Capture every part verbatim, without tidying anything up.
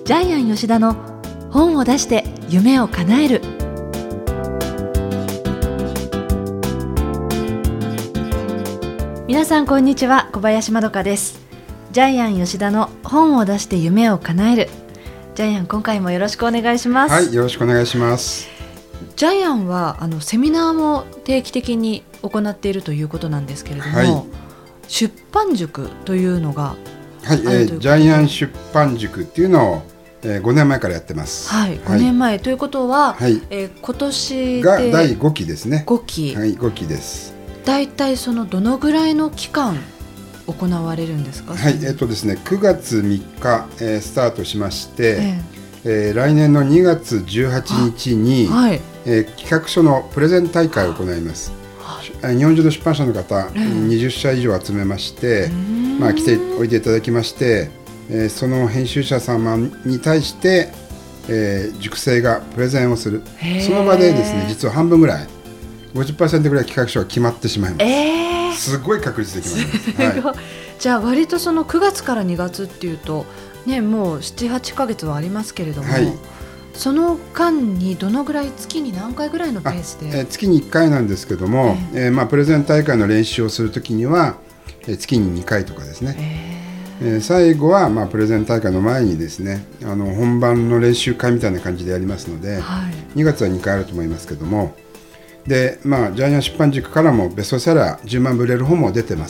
ジャイアン吉田の本を出して夢を叶える。皆さんこんにちは、小林まどかです。ジャイアン吉田の本を出して夢を叶える。ジャイアン、今回もよろしくお願いします。 はい、よろしくお願いします。 ジャイアンはあのセミナーも定期的に行っているということなんですけれども、はい、出版塾というのがはい、えー、ジャイアン出版塾っていうのを、えー、ごねんまえからやってます。 はい、ごねんまえ、はい、ということは、はい、えー、今年でがだいごきですね。 ごき、 はい、ごきです。だいたいそのどのぐらいの期間行われるんですか？ はい、えーとですね、くがつみっか、えー、スタートしまして、えーえー、来年のにがつじゅうはちにちに、はい、えー、企画書のプレゼン大会を行います。日本中の出版社の方、えー、にじゅっしゃ以上集めまして、まあ、来ておいていただきまして、えー、その編集者様に対して、えー、塾生がプレゼンをする。その場でですね、実は半分ぐらい ごじゅっパーセント ぐらい企画書が決まってしまいます。えー、すごい確率で決まります。はい、 じゃあ割とそのくがつからにがつっていうと、ね、もう ななはちかげつはありますけれども、はい、その間にどのぐらい、月に何回ぐらいのペースで？ えー、月にいっかいなんですけども、えーえーまあ、プレゼン大会の練習をするときには、えー、月ににかいとかですね。えーえー、最後は、まあ、プレゼン大会の前にですね、あの本番の練習会みたいな感じでやりますので、はい、にがつはにかいあると思いますけども、で、まあ、ジャイアン出版塾からもベストセラーじゅうまんぶ売れる本も出てます。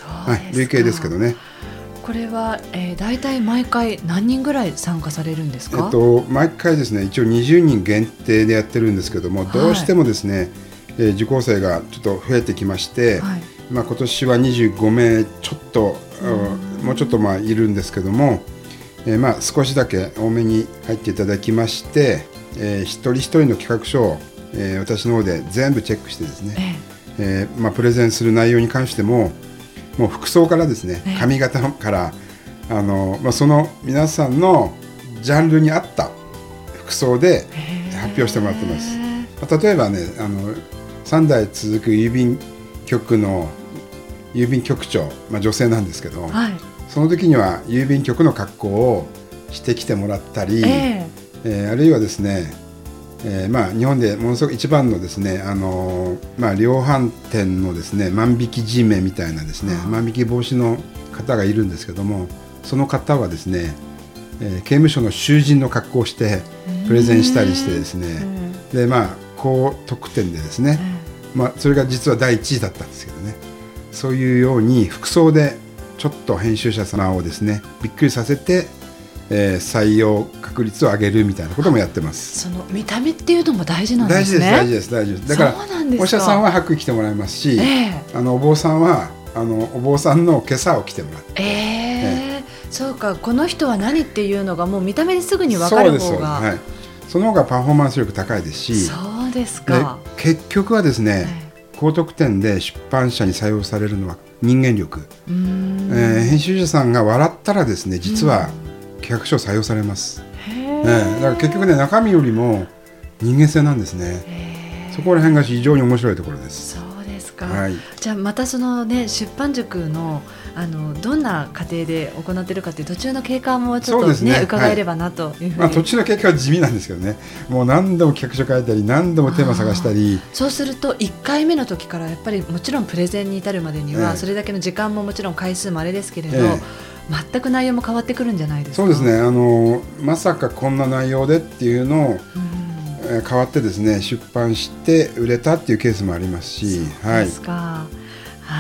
はい、累計ですけどね。 これは、えー、大体毎回何人ぐらい参加されるんですか？ えっと、毎回ですね、一応にじゅうにん限定でやってるんですけども、はい、どうしてもですね、えー、受講生がちょっと増えてきまして、はい、まあ、今年はにじゅうごめいちょっと、うん、もうちょっとまあいるんですけども、えー、まあ少しだけ多めに入っていただきまして、えー、一人一人の企画書を、えー、私の方で全部チェックしてですね、えーえーまあ、プレゼンする内容に関してももう服装からですね、髪型からあの、まあ、その皆さんのジャンルに合った服装で発表してもらってます。まあ、例えばね、あのさんだい続く郵便局の郵便局長、まあ、女性なんですけど、はい、その時には郵便局の格好をしてきてもらったり、えーえー、あるいはですね、えーまあ、日本でものすごく一番のですね、あのーまあ、量販店のですね、万引き G メみたいなですね、万引き防止の方がいるんですけども、その方はですね、えー、刑務所の囚人の格好をしてプレゼンしたりしてですね、で、まあ、高得点でですね、まあ、それが実はだいいちいだったんですけどね、そういうように服装でちょっと編集者様をですね、びっくりさせて、えー、採用確率を上げるみたいなこともやってます。 その見た目っていうのも大事なんですね。 大事です、大事です、大事です。だからお医者さんは白衣着てもらいますし、えー、あのお坊さんはあのお坊さんの袈裟を着てもらって、えーえー、そうか、この人は何っていうのがもう見た目にすぐに分かる方が、そうです、はい、 その方がパフォーマンス力高いですし、 そうですか。 で結局はですね、えー、高得点で出版社に採用されるのは人間力。うーん、えー、編集者さんが笑ったらですね、実は企画書採用されます。へー、えー、だから結局ね、中身よりも人間性なんですね。そこら辺が非常に面白いところです。 そうですか、 はい、 じゃあまたその、ね、出版塾 の, あのどんな過程で行っているかという途中の経過もちょっと、ねね、伺えればなというふうに、 まあ、途中の経過は地味なんですけどね、もう何度も企画書書いたり何度もテーマ探したり。 そうするといっかいめの時からやっぱりもちろんプレゼンに至るまでには、えー、それだけの時間ももちろん回数もあれですけれど、えー全く内容も変わってくるんじゃないですか？ そうですね、あのまさかこんな内容でっていうのを、うん、えー、変わってですね、出版して売れたっていうケースもありますし。 そうですか、はい、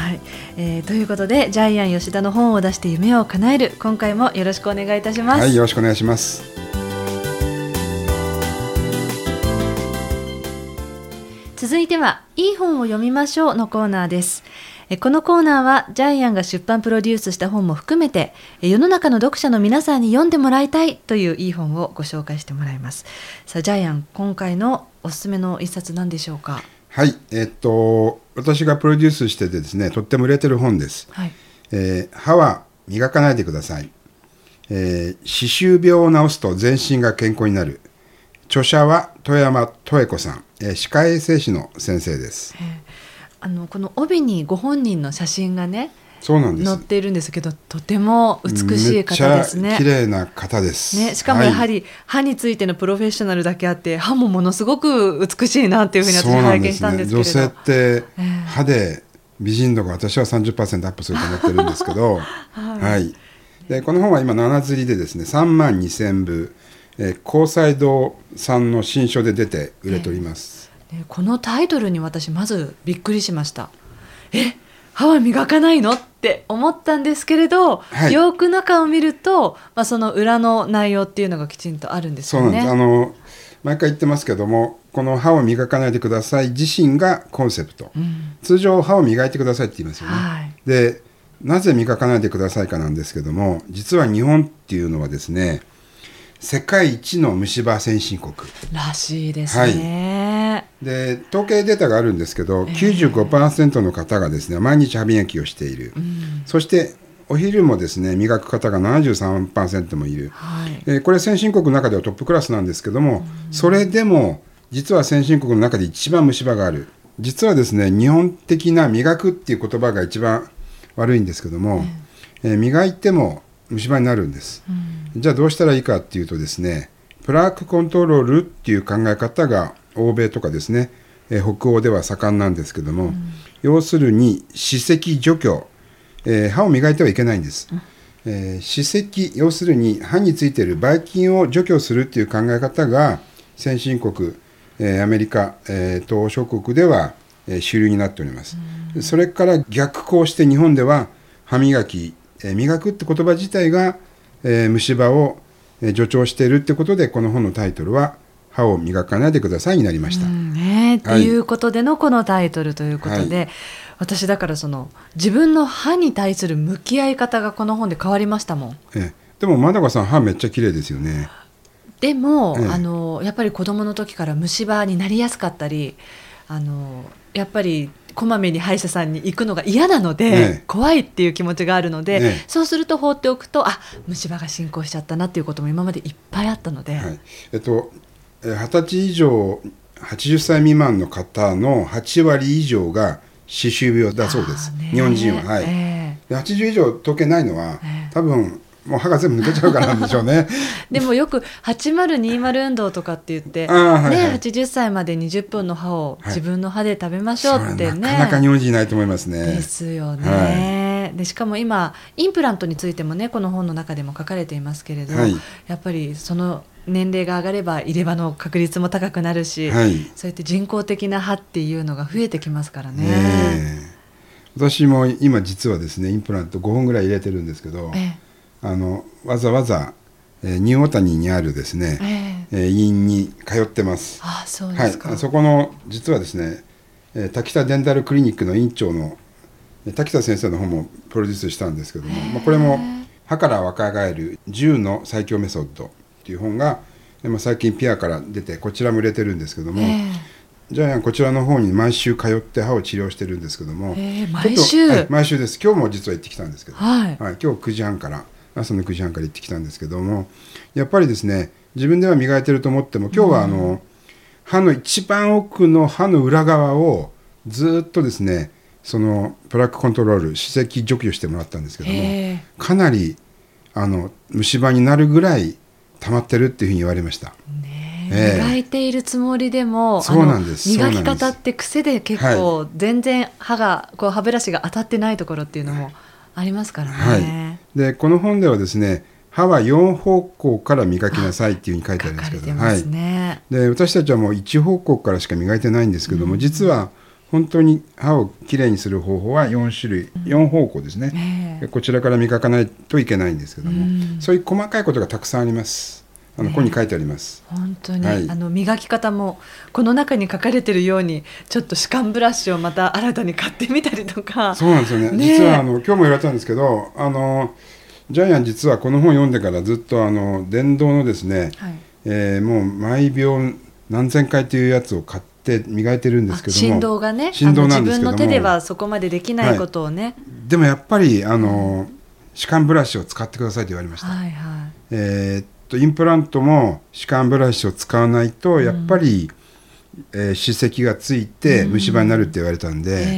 はい、えー、ということでジャイアン吉田の本を出して夢を叶える、今回もよろしくお願いいたします。 はい、よろしくお願いします。 続いてはいい本を読みましょうのコーナーです。このコーナーはジャイアンが出版プロデュースした本も含めて、世の中の読者の皆さんに読んでもらいたいといういい本をご紹介してもらいます。さあジャイアン、今回のおすすめの一冊何でしょうか？ はい、えー、っと私がプロデュースしててですね、とっても売れてる本です。はい、えー、歯は磨かないでください、えー、歯周病を治すと全身が健康になる。著者は富山とえ子さん、えー、歯科衛生士の先生です。 あのこの帯にご本人の写真がね、 そうなんです。 載っているんですけど、とても美しい方ですね。 めっちゃ綺麗な方です、 ね、しかもやはり、はい、歯についてのプロフェッショナルだけあって歯もものすごく美しいなっていうふうに私拝見したんですけれど。 そうなんですね。女性って歯で美人度が私は さんじゅっパーセント アップすると思ってるんですけど、はいはい、でこの本は今なな釣りでですねさんまんにせんぶ、えー、高裁堂さんの新書で出て売れております、 えー、このタイトルに私まずびっくりしました。え、歯は磨かないのって思ったんですけれど、はい、よく中を見ると、まあ、その裏の内容っていうのがきちんとあるんですよね。 そうなんです。あの毎回言ってますけども、この歯を磨かないでください自身がコンセプト、うん、通常歯を磨いてくださいって言いますよね、はい、でなぜ磨かないでくださいかなんですけども、実は日本っていうのはですね世界一の虫歯先進国らしいですね、 はい、で統計データがあるんですけど、えー、きゅうじゅうごパーセント の方がですね毎日歯磨きをしている、うん、そしてお昼もですね磨く方が ななじゅうさんパーセント もいる、はい、えー、これ先進国の中ではトップクラスなんですけども、うん、それでも実は先進国の中で一番虫歯がある。実はですね日本的な磨くっていう言葉が一番悪いんですけども、えーえー、磨いても虫歯になるんです、うん、じゃあどうしたらいいかっていうとですねプラークコントロールっていう考え方が欧米とかですね、えー、北欧では盛んなんですけども、うん、要するに歯石除去、えー、歯を磨いてはいけないんです、うん、えー、歯石要するに歯についているばい菌を除去するっていう考え方が先進国、えー、アメリカ、えー、東欧諸国では、えー、主流になっております、うん、それから逆行して日本では歯磨き、えー、磨くって言葉自体が、えー、虫歯を、えー、助長しているってことでこの本のタイトルは歯を磨かないでくださいになりました、 うんね、と、はい、いうことでのこのタイトルということで、はい、私だからその自分の歯に対する向き合い方がこの本で変わりましたもん。 えでもまだかさん歯めっちゃ綺麗ですよね。 でも、ええ、あのやっぱり子どもの時から虫歯になりやすかったり、あのやっぱりこまめに歯医者さんに行くのが嫌なので、ええ、怖いっていう気持ちがあるので、ええ、そうすると放っておくとあ虫歯が進行しちゃったなっていうことも今までいっぱいあったので、はい、 えっと、はたち以上はちじゅっさい未満の方のはちわり以上が歯周病だそうです、日本人は、はい、えー、ではちじゅう以上統計ないのは、えー、多分もう歯が全部抜けちゃうからなんでしょうねでもよくはちまるにじゅう運動とかって言って、はいはい、ね、はちじゅっさいまでにじゅっぷんの歯を自分の歯で食べましょうってね、はい、なかなか日本人いないと思いますね。 ですよね、はい、でしかも今インプラントについてもねこの本の中でも書かれていますけれど、はい、やっぱりその年齢が上がれば入れ歯の確率も高くなるし、はい、そうやって人工的な歯っていうのが増えてきますからね。 ね、私も今実はですねインプラントごほんぐらい入れてるんですけど、ええ、あのわざわざ、えー、ニューオータニにあるですね、えええー、医院に通ってます。 あ、そうですか。 はい、そこの実はですね、えー、滝田デンタルクリニックの院長の滝田先生の本もプロデュースしたんですけども、まあ、これも歯から若返るじゅうの最強メソッドっていう本が、まあ、最近ピアから出てこちらも売れてるんですけども、ジャイアンこちらの方に毎週通って歯を治療してるんですけども、 毎週、 はい、毎週です。今日も実は行ってきたんですけど、 はいはい、今日くじはんから朝のくじはんから行ってきたんですけども、やっぱりですね自分では磨いてると思っても今日はあの、うん、歯の一番奥の歯の裏側をずっとですねそのプラークコントロール歯石除去してもらったんですけども、かなりあの虫歯になるぐらい溜まってるっていうふうに言われました、 ねえー、磨いているつもりでもそうなんです。 磨き方って癖で結構全然歯がこう歯ブラシが当たってないところっていうのもありますからね、 はい、でこの本ではですね歯はよん方向から磨きなさいっていうふうに書いてあるんですけど、 はい、 で私たちはもういち方向からしか磨いてないんですけども、うん、実は本当に歯をきれいにする方法はよんしゅるい、うん、よん方向ですね、えー、こちらから磨かないといけないんですけども、うん、そういう細かいことがたくさんあります。あのここに書いてあります、 えー、本当に、はい、あの磨き方もこの中に書かれているようにちょっと歯間ブラシをまた新たに買ってみたりとか。 そうなんですよ ね, ね実はあの今日も言われたんですけど、あのジャイアン実はこの本読んでからずっとあの電動のですね、はい、えー、もう毎秒何千回というやつを買って磨いてるんですけども、 振動がね、 振動なんですけども、 自分の手ではそこまでできないことをね、はい、 でもやっぱりあの、うん、歯間ブラシを使ってくださいと言われました、 はいはい、 えーインプラントも歯間ブラシを使わないとやっぱり、うん、えー、歯石がついて虫歯になるって言われたんで、うん、えー、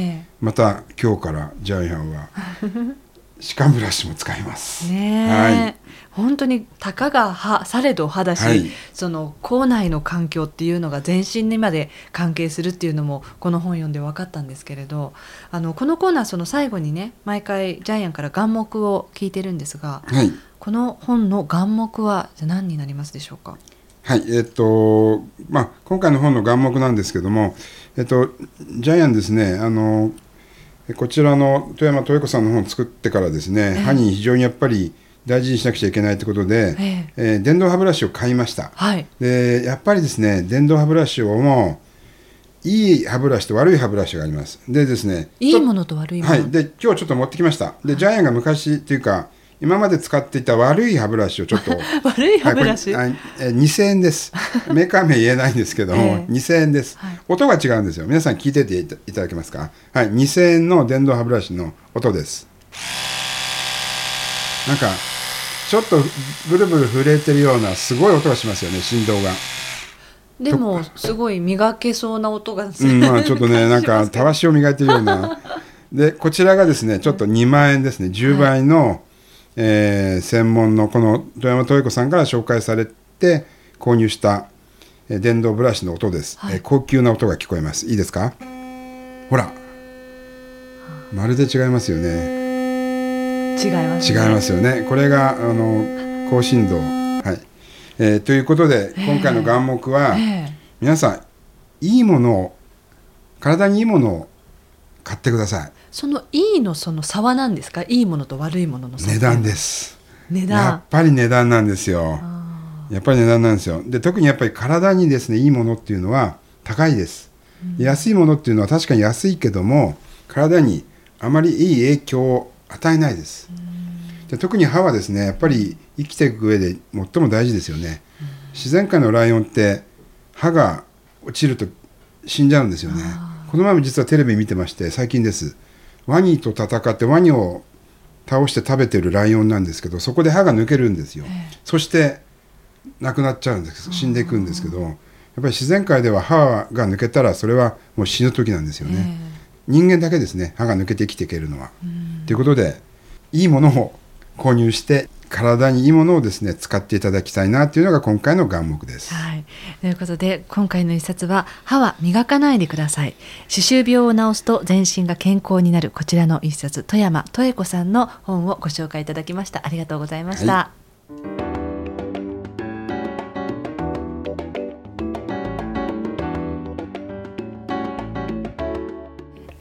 また今日からジャイアンは歯間ブラシも使いますね、はい、本当にたかが歯されど歯だし、はい、その口内の環境っていうのが全身にまで関係するっていうのもこの本読んで分かったんですけれど、あのこのコーナーその最後にね毎回ジャイアンから眼目を聞いてるんですが、はい、この本の眼目はじゃ何になりますでしょうか。 はい、えっとまあ、今回の本の眼目なんですけども、えっと、ジャイアンですね、あのこちらの富山豊子さんの本を作ってからですね、えー、歯に非常にやっぱり大事にしなくちゃいけないということで、えーえー、電動歯ブラシを買いました、はい、でやっぱりですね電動歯ブラシをもういい歯ブラシと悪い歯ブラシがあります。でですねいいものと悪いもの、 はい、で今日ちょっと持ってきました。でジャイアンが昔というか今まで使っていた悪い歯ブラシをちょっと悪い歯ブラシ、 はい、えにせんえんです。メーカー名言えないんですけども、えー、にせんえんです、はい、音が違うんですよ。皆さん聞いてていただけますか。はい、にせんえんの電動歯ブラシの音です。なんかちょっとブルブル震えてるようなすごい音がしますよね、振動が。 でもすごい磨けそうな音が、 うんまあ、ちょっとねなんかたわしを磨いてるようなでこちらがですねちょっとにまんえんですね、じゅうばいの、はいえー、専門のこの富山豊子さんから紹介されて購入した、えー、電動ブラシの音です、はいえー、高級な音が聞こえます。いいですか。ほらまるで違いますよね。 違いますね。 違いますよね。これがあの高振動、はいえー、ということで今回の眼目は、えーえー、皆さんいいものを体にいいものを買ってください。 そのいいのその差は何ですか。いいものと悪いものの差。 値段です。 値段やっぱり値段なんですよ。やっぱり値段なんですよ。で特にやっぱり体にですねいいものっていうのは高いです、うん、安いものっていうのは確かに安いけども体にあまりいい影響を与えないです、うん、で特に歯はですねやっぱり生きていく上で最も大事ですよね、うん、自然界のライオンって歯が落ちると死んじゃうんですよね。この前も実はテレビ見てまして最近です。ワニと戦ってワニを倒して食べてるライオンなんですけどそこで歯が抜けるんですよ、えー、そして亡くなっちゃうんです。死んでいくんですけどやっぱり自然界では歯が抜けたらそれはもう死ぬ時なんですよね、えー、人間だけですね歯が抜けて生きていけるのはということでいいものを購入して体にいいものをですね使っていただきたいなというのが今回の眼目です、 はい、ということで今回の一冊は歯は磨かないでください。歯周病を治すと全身が健康になるこちらの一冊富山豊子さんの本をご紹介いただきました。ありがとうございました、はい、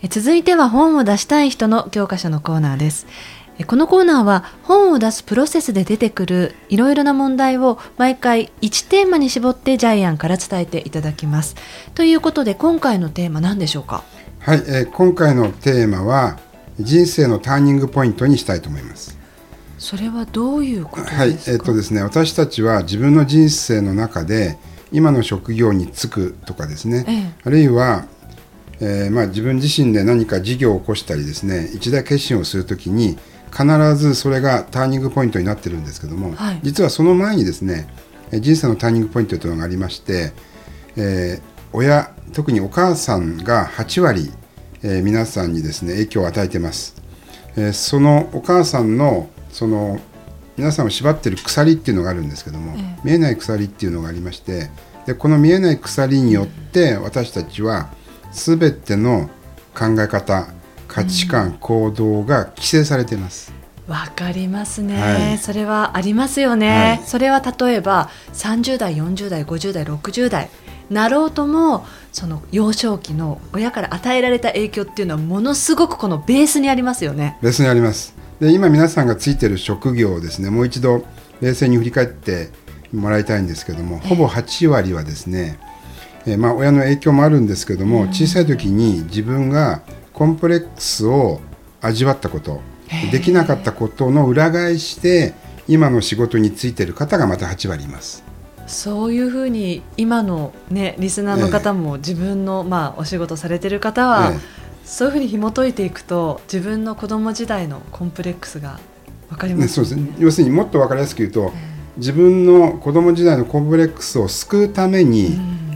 続いては本を出したい人の教科書のコーナーです。このコーナーは本を出すプロセスで出てくるいろいろな問題を毎回いちテーマに絞ってジャイアンから伝えていただきます。ということで今回のテーマ何でしょうか。 はい、えー、今回のテーマは人生のターニングポイントにしたいと思います。 それはどういうことですか。 はい、えーとですね、私たちは自分の人生の中で今の職業に就くとかですね、ええ、あるいはえーまあ、自分自身で何か事業を起こしたりですね一大決心をするときに必ずそれがターニングポイントになってるんですけども、はい、実はその前にですね人生のターニングポイントというのがありまして、えー、親特にお母さんがはちわり、えー、皆さんにですね影響を与えています、えー、そのお母さんのその皆さんを縛っている鎖っていうのがあるんですけども、えー、見えない鎖っていうのがありましてでこの見えない鎖によって私たちはすべての考え方価値観、うん、行動が規制されています。 わかりますね、はい、それはありますよね、はい、それは例えばさんじゅうだいよんじゅうだいごじゅうだいろくじゅうだいなろうともその幼少期の親から与えられた影響っていうのはものすごくこのベースにありますよね。 ベースにあります。で今皆さんがついている職業をですねもう一度冷静に振り返ってもらいたいんですけども、ほぼはちわりはですねえーまあ、親の影響もあるんですけども、うん、小さい時に自分がコンプレックスを味わったことできなかったことの裏返しで今の仕事に就いている方がまたはちわりいます。 そういうふうに今の、ね、リスナーの方も自分の、まあ、お仕事されている方は、ええ、そういうふうに紐解いていくと自分の子供時代のコンプレックスが分かりますね。 ね、そうですね。要するにもっと分かりやすく言うと、ええ、自分の子供時代のコンプレックスを救うために、うん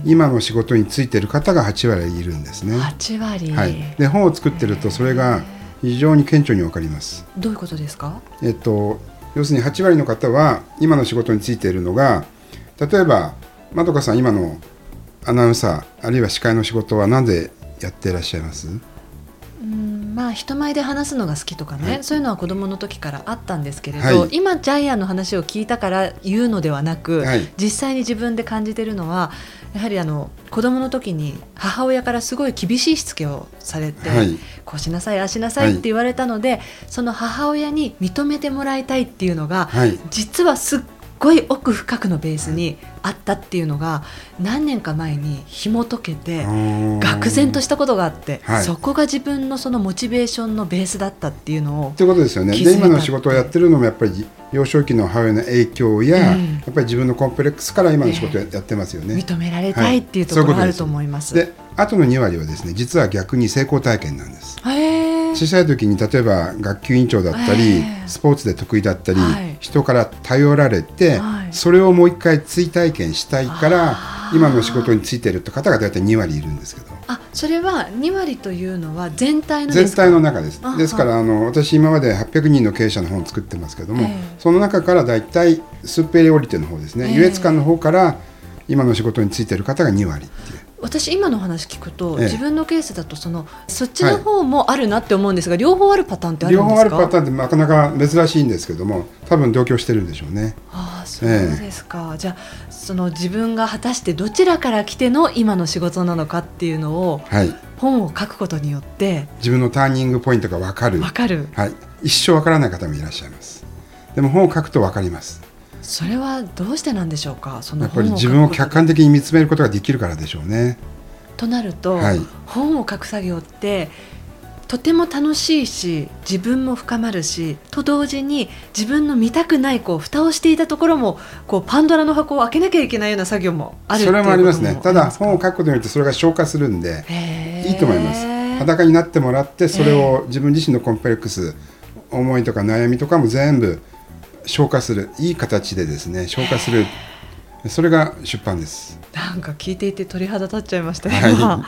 今の仕事についている方がはち割いるんですね。 はち割、 はい、で本を作ってるとそれが非常に顕著に分かります。 どういうことですか？ えっと、要するにはち割の方は今の仕事についているのが、例えばまどかさん今のアナウンサーあるいは司会の仕事は何でやっていらっしゃいます？ うんまあ、人前で話すのが好きとかね、はい、そういうのは子どもの時からあったんですけれど、はい、今ジャイアンの話を聞いたから言うのではなく、はい、実際に自分で感じているのはやはりあの子どもの時に母親からすごい厳しいしつけをされて、はい、こうしなさいああしなさいって言われたので、はい、その母親に認めてもらいたいっていうのが、はい、実はすっごい奥深くのベースにあったっていうのが何年か前に紐解けて愕然としたことがあって、はい、そこが自分のそのモチベーションのベースだったっていうのをということですよね。で今の仕事をやってるのもやっぱり幼少期の母親の影響や、うん、やっぱり自分のコンプレックスから今の仕事をやってますよね、 えー、認められたいっていうところがあると思います。 はい、であとのに割はですね実は逆に成功体験なんです。小さい時に例えば学級委員長だったり、えー、スポーツで得意だったり、はい、人から頼られて、はい、それをもう一回追体験したいから今の仕事についている方が大体に割いるんですけど、 あそれはに割というのは全体のですか？ 全体の中です。ですからあの私今まではっぴゃくにんの経営者の本を作ってますけども、えー、その中から大体スーペリオリティの方ですね、えー、優越感の方から今の仕事についている方がに割っていう。 私今の話聞くと、ええ、自分のケースだと そのそっちの方もあるなって思うんですが、はい、両方あるパターンってあるんですか？ 両方あるパターンってなかなか珍しいんですけども多分同居してるんでしょうね。 ああそうですか、ええ、じゃあその自分が果たしてどちらから来ての今の仕事なのかっていうのを、はい、本を書くことによって自分のターニングポイントが分かる、 分かる、 はい、一生分からない方もいらっしゃいます。でも本を書くと分かります。 それはどうしてなんでしょうか？そのやっぱり自分を客観的に見つめることができるからでしょうね。 となると、はい、本を書く作業ってとても楽しいし自分も深まるしと同時に自分の見たくないこう蓋をしていたところもこうパンドラの箱を開けなきゃいけないような作業もあるっていうことも。それもありますね。 ただ本を書くことによってそれが消化するんでいいと思います。裸になってもらってそれを自分自身のコンプレックス思いとか悩みとかも全部消化するいい形でですね消化する、それが出版です。 なんか聞いていて鳥肌立っちゃいましたね、はい、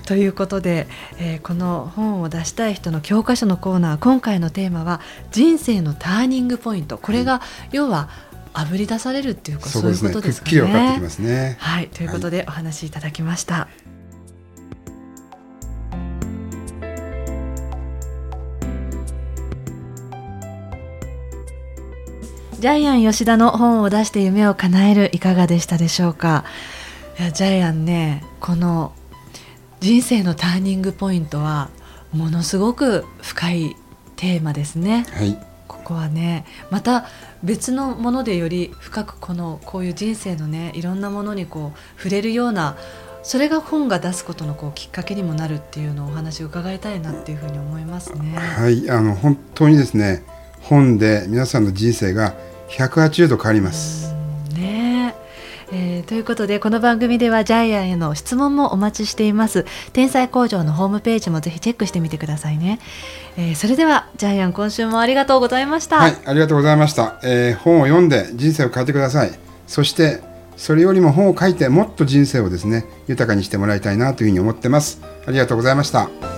ということで、えー、この本を出したい人の教科書のコーナー、今回のテーマは人生のターニングポイント。これが要はあぶり出されるっていうか、そういうことですかね。くっきり分かってきますね。はい、ということでお話しいただきました、はい。ジャイアン吉田の本を出して夢を叶える、いかがでしたでしょうか？いやジャイアンね、この人生のターニングポイントはものすごく深いテーマですね、はい、ここはねまた別のものでより深くこのこういう人生のねいろんなものにこう触れるような、それが本が出すことのこうきっかけにもなるっていうのをお話を伺いたいなっていうふうに思いますね。 はい、あの本当にですね本で皆さんの人生がひゃくはちじゅうど変わります。 ねえー、ということでこの番組ではジャイアンへの質問もお待ちしています。天才工場のホームページもぜひチェックしてみてくださいね、えー、それではジャイアン今週もありがとうございました。 はい、ありがとうございました、えー、本を読んで人生を変えてください。そしてそれよりも本を書いてもっと人生をですね豊かにしてもらいたいなというふうに思ってます。ありがとうございました。